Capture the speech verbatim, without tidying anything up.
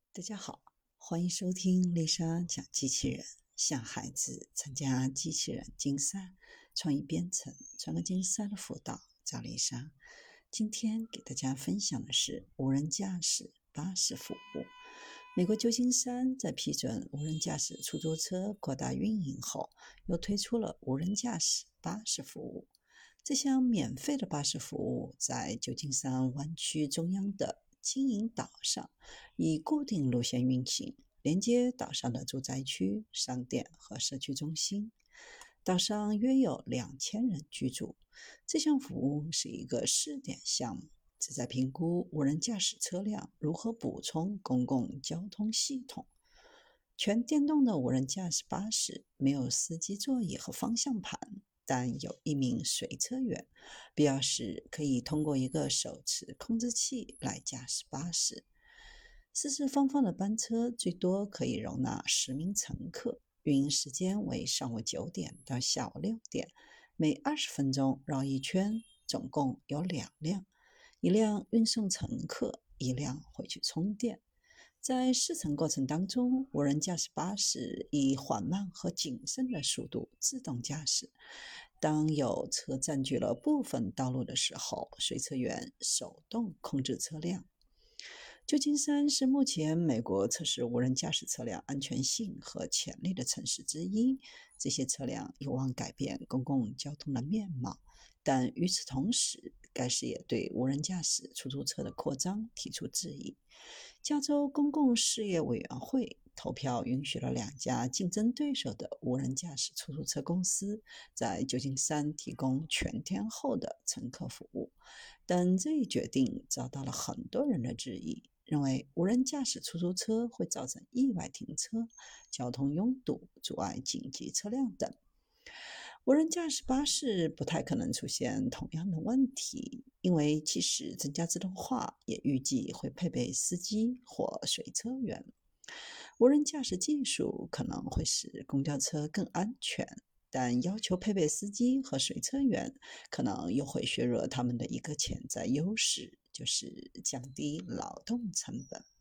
大家好，欢迎收听丽莎讲机器人，向孩子参加机器人竞赛、创意编程、创客竞赛的辅导，找丽莎。今天给大家分享的是无人驾驶巴士服务。美国旧金山在批准无人驾驶出租车扩大运营后，又推出了无人驾驶巴士服务。这项免费的巴士服务在旧金山湾区中央的经营岛上以固定路线运行，连接岛上的住宅区、商店和社区中心。岛上约有两千人居住。这项服务是一个试点项目，旨在评估无人驾驶车辆如何补充公共交通系统。全电动的无人驾驶巴士没有司机座椅和方向盘，但有一名随车员，必要时可以通过一个手持控制器来驾驶巴士。四四方方的班车最多可以容纳十名乘客，运营时间为上午九点到下午六点，每二十分钟绕一圈，总共有两辆，一辆运送乘客，一辆回去充电。在试乘过程当中，无人驾驶巴士以缓慢和谨慎的速度自动驾驶。当有车占据了部分道路的时候，随车员手动控制车辆。旧金山是目前美国测试无人驾驶车辆安全性和潜力的城市之一。这些车辆有望改变公共交通的面貌，但与此同时，该市也对无人驾驶出租车的扩张提出质疑。加州公共事业委员会投票允许了两家竞争对手的无人驾驶出租车公司在旧金山提供全天候的乘客服务，但这一决定遭到了很多人的质疑，认为无人驾驶出租车会造成意外停车、交通拥堵、阻碍紧急车辆等。无人驾驶巴士不太可能出现同样的问题，因为即使增加自动化，也预计会配备司机或随车员。无人驾驶技术可能会使公交车更安全，但要求配备司机和随车员，可能又会削弱他们的一个潜在优势，就是降低劳动成本。